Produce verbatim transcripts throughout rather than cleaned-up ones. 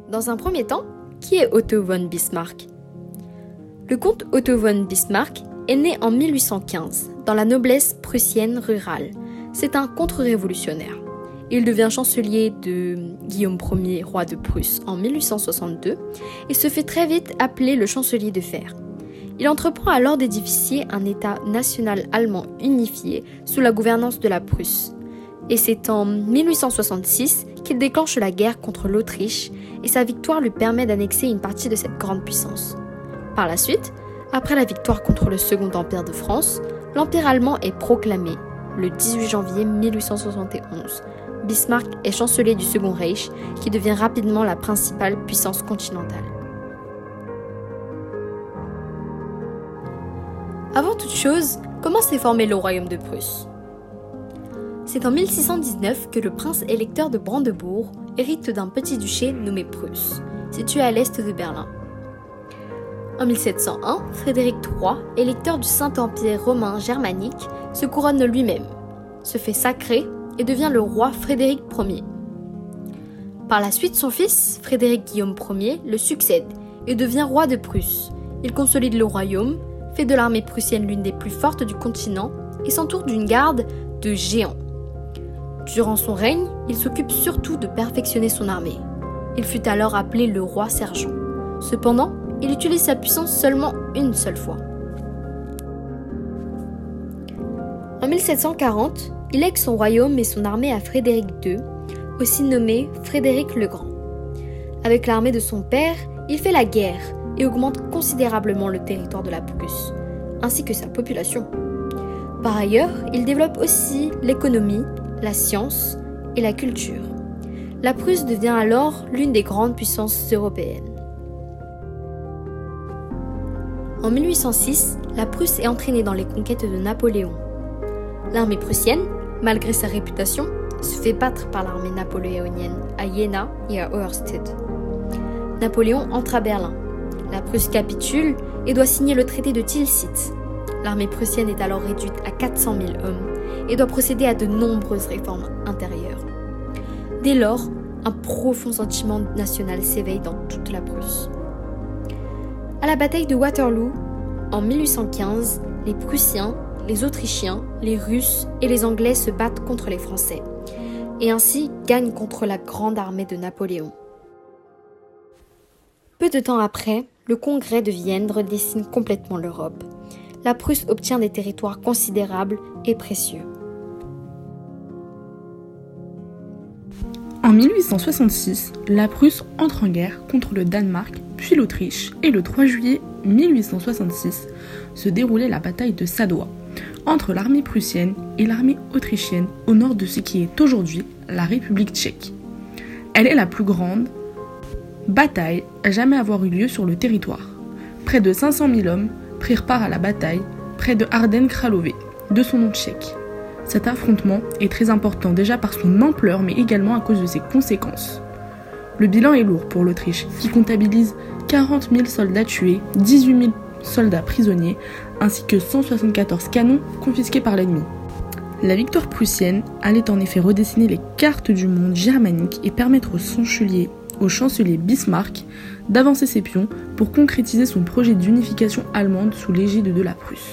Dans un premier temps, qui est Otto von Bismarck ? Le comte Otto von Bismarck est né en mille huit cent quinze, dans la noblesse prussienne rurale. C'est un contre-révolutionnaire. Il devient chancelier de Guillaume Ier, roi de Prusse, en mille huit cent soixante-deux et se fait très vite appeler le chancelier de fer. Il entreprend alors d'édifier un État national allemand unifié sous la gouvernance de la Prusse. Et c'est en mille huit cent soixante-six qu'il déclenche la guerre contre l'Autriche et sa victoire lui permet d'annexer une partie de cette grande puissance. Par la suite, après la victoire contre le Second Empire de France, l'Empire allemand est proclamé le dix-huit janvier mille huit cent soixante et onze. Bismarck est chancelier du Second Reich qui devient rapidement la principale puissance continentale. Avant toute chose, comment s'est formé le royaume de Prusse ? C'est en mille six cent dix-neuf que le prince électeur de Brandebourg hérite d'un petit duché nommé Prusse, situé à l'est de Berlin. En mille sept cent un, Frédéric trois, électeur du Saint-Empire romain germanique, se couronne lui-même, se fait sacrer et devient le roi Frédéric Ier. Par la suite, son fils, Frédéric Guillaume Ier, le succède et devient roi de Prusse. Il consolide le royaume, fait de l'armée prussienne l'une des plus fortes du continent et s'entoure d'une garde de géants. Durant son règne, il s'occupe surtout de perfectionner son armée. Il fut alors appelé le roi sergent. Cependant, il utilise sa puissance seulement une seule fois. En mille sept cent quarante, il lègue son royaume et son armée à Frédéric deux, aussi nommé Frédéric le Grand. Avec l'armée de son père, il fait la guerre et augmente considérablement le territoire de la Prusse, ainsi que sa population. Par ailleurs, il développe aussi l'économie, la science et la culture. La Prusse devient alors l'une des grandes puissances européennes. En mille huit cent six, la Prusse est entraînée dans les conquêtes de Napoléon. L'armée prussienne, malgré sa réputation, se fait battre par l'armée napoléonienne à Jena et à Auerstedt. Napoléon entre à Berlin. La Prusse capitule et doit signer le traité de Tilsit. L'armée prussienne est alors réduite à quatre cent mille hommes et doit procéder à de nombreuses réformes intérieures. Dès lors, un profond sentiment national s'éveille dans toute la Prusse. À la bataille de Waterloo, en mille huit cent quinze, les Prussiens, les Autrichiens, les Russes et les Anglais se battent contre les Français, et ainsi gagnent contre la grande armée de Napoléon. Peu de temps après, le Congrès de Vienne redessine complètement l'Europe. La Prusse obtient des territoires considérables et précieux. En mille huit cent soixante-six, la Prusse entre en guerre contre le Danemark, puis l'Autriche, et le trois juillet mille huit cent soixante-six se déroulait la bataille de Sadowa, entre l'armée prussienne et l'armée autrichienne au nord de ce qui est aujourd'hui la République tchèque. Elle est la plus grande bataille à jamais avoir eu lieu sur le territoire. Près de cinq cent mille hommes prirent part à la bataille près de Ardennes Králové, de son nom tchèque. Cet affrontement est très important déjà par son ampleur mais également à cause de ses conséquences. Le bilan est lourd pour l'Autriche qui comptabilise quarante mille soldats tués, dix-huit mille soldats prisonniers ainsi que cent soixante-quatorze canons confisqués par l'ennemi. La victoire prussienne allait en effet redessiner les cartes du monde germanique et permettre au chancelier, au chancelier Bismarck d'avancer ses pions pour concrétiser son projet d'unification allemande sous l'égide de la Prusse.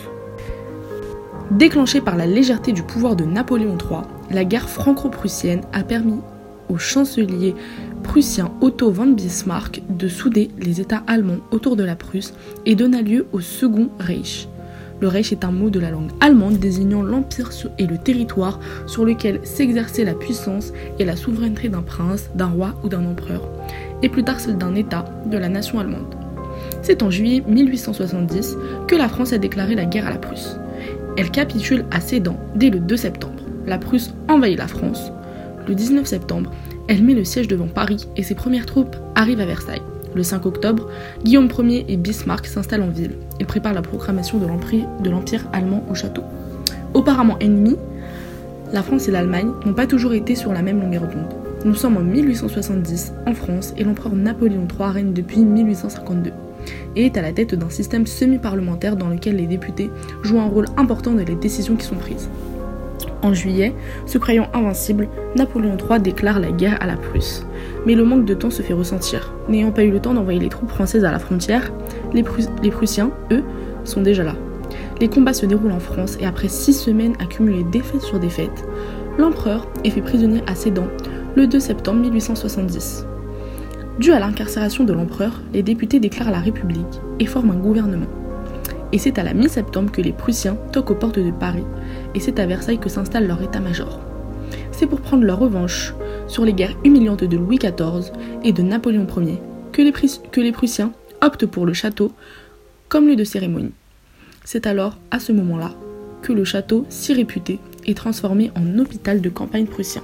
Déclenchée par la légèreté du pouvoir de Napoléon trois, la guerre franco-prussienne a permis au chancelier prussien Otto von Bismarck de souder les États allemands autour de la Prusse et donna lieu au Second Reich. Le Reich est un mot de la langue allemande désignant l'empire et le territoire sur lequel s'exerçait la puissance et la souveraineté d'un prince, d'un roi ou d'un empereur, et plus tard celle d'un État, de la nation allemande. C'est en juillet mille huit cent soixante-dix que la France a déclaré la guerre à la Prusse. Elle capitule à Sedan dès le deux septembre. La Prusse envahit la France. Le dix-neuf septembre, elle met le siège devant Paris et ses premières troupes arrivent à Versailles. Le cinq octobre, Guillaume Ier et Bismarck s'installent en ville. Ils préparent la proclamation de l'empire, de l'empire allemand au château. Auparavant ennemis, la France et l'Allemagne n'ont pas toujours été sur la même longueur d'onde. Nous sommes en mille huit cent soixante-dix en France et l'empereur Napoléon trois règne depuis mille huit cent cinquante-deux et est à la tête d'un système semi-parlementaire dans lequel les députés jouent un rôle important dans les décisions qui sont prises. En juillet, se croyant invincible, Napoléon trois déclare la guerre à la Prusse. Mais le manque de temps se fait ressentir. N'ayant pas eu le temps d'envoyer les troupes françaises à la frontière, les, Prus- les Prussiens, eux, sont déjà là. Les combats se déroulent en France et après six semaines accumulées défaite sur défaite, l'empereur est fait prisonnier à Sedan le deux septembre mille huit cent soixante-dix. Dû à l'incarcération de l'empereur, les députés déclarent la République et forment un gouvernement. Et c'est à la mi-septembre que les Prussiens toquent aux portes de Paris, et c'est à Versailles que s'installe leur état-major. C'est pour prendre leur revanche sur les guerres humiliantes de Louis quatorze et de Napoléon Ier que les, Prus- que les Prussiens optent pour le château comme lieu de cérémonie. C'est alors, à ce moment-là, que le château, si réputé, est transformé en hôpital de campagne prussien.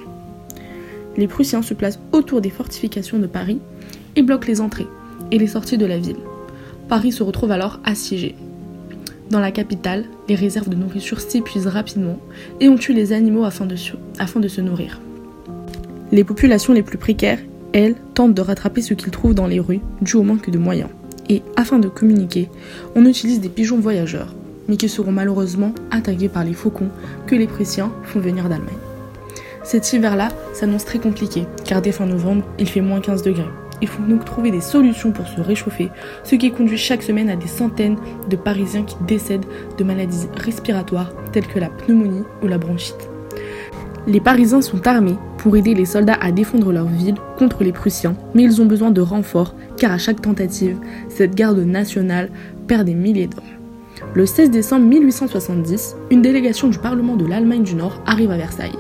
Les Prussiens se placent autour des fortifications de Paris et bloquent les entrées et les sorties de la ville. Paris se retrouve alors assiégé. Dans la capitale, les réserves de nourriture s'épuisent rapidement et on tue les animaux afin de, su- afin de se nourrir. Les populations les plus précaires, elles, tentent de rattraper ce qu'ils trouvent dans les rues, dû au manque de moyens. Et, afin de communiquer, on utilise des pigeons voyageurs, mais qui seront malheureusement attaqués par les faucons que les Prussiens font venir d'Allemagne. Cet hiver-là s'annonce très compliqué, car dès fin novembre, il fait moins quinze degrés. Il faut donc trouver des solutions pour se réchauffer, ce qui conduit chaque semaine à des centaines de Parisiens qui décèdent de maladies respiratoires telles que la pneumonie ou la bronchite. Les Parisiens sont armés pour aider les soldats à défendre leur ville contre les Prussiens, mais ils ont besoin de renforts car à chaque tentative, cette garde nationale perd des milliers d'hommes. Le seize décembre mille huit cent soixante-dix, une délégation du Parlement de l'Allemagne du Nord arrive à Versailles.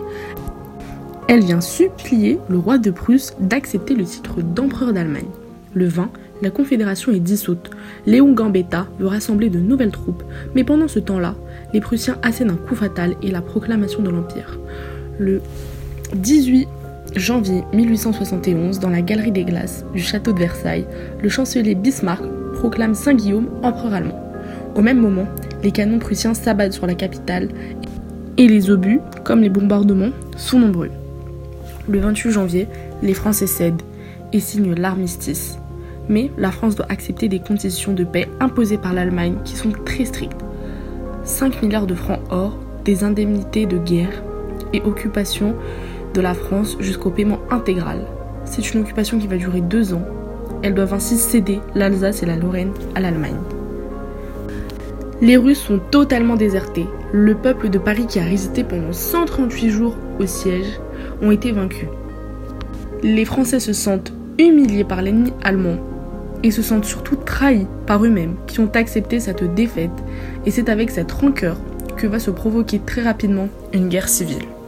Elle vient supplier le roi de Prusse d'accepter le titre d'empereur d'Allemagne. Le vingt, la Confédération est dissoute. Léon Gambetta veut rassembler de nouvelles troupes, mais pendant ce temps-là, les Prussiens assènent un coup fatal et la proclamation de l'Empire. Le dix-huit janvier mille huit cent soixante et onze, dans la Galerie des Glaces du château de Versailles, le chancelier Bismarck proclame Saint-Guillaume empereur allemand. Au même moment, les canons prussiens s'abattent sur la capitale et les obus, comme les bombardements, sont nombreux. Le vingt-huit janvier, les Français cèdent et signent l'armistice. Mais la France doit accepter des conditions de paix imposées par l'Allemagne qui sont très strictes. cinq milliards de francs or, des indemnités de guerre et occupation de la France jusqu'au paiement intégral. C'est une occupation qui va durer deux ans. Elles doivent ainsi céder l'Alsace et la Lorraine à l'Allemagne. Les rues sont totalement désertées. Le peuple de Paris qui a résisté pendant cent trente-huit jours au siège ont été vaincus. Les Français se sentent humiliés par l'ennemi allemand et se sentent surtout trahis par eux-mêmes qui ont accepté cette défaite. Et c'est avec cette rancœur que va se provoquer très rapidement une guerre civile.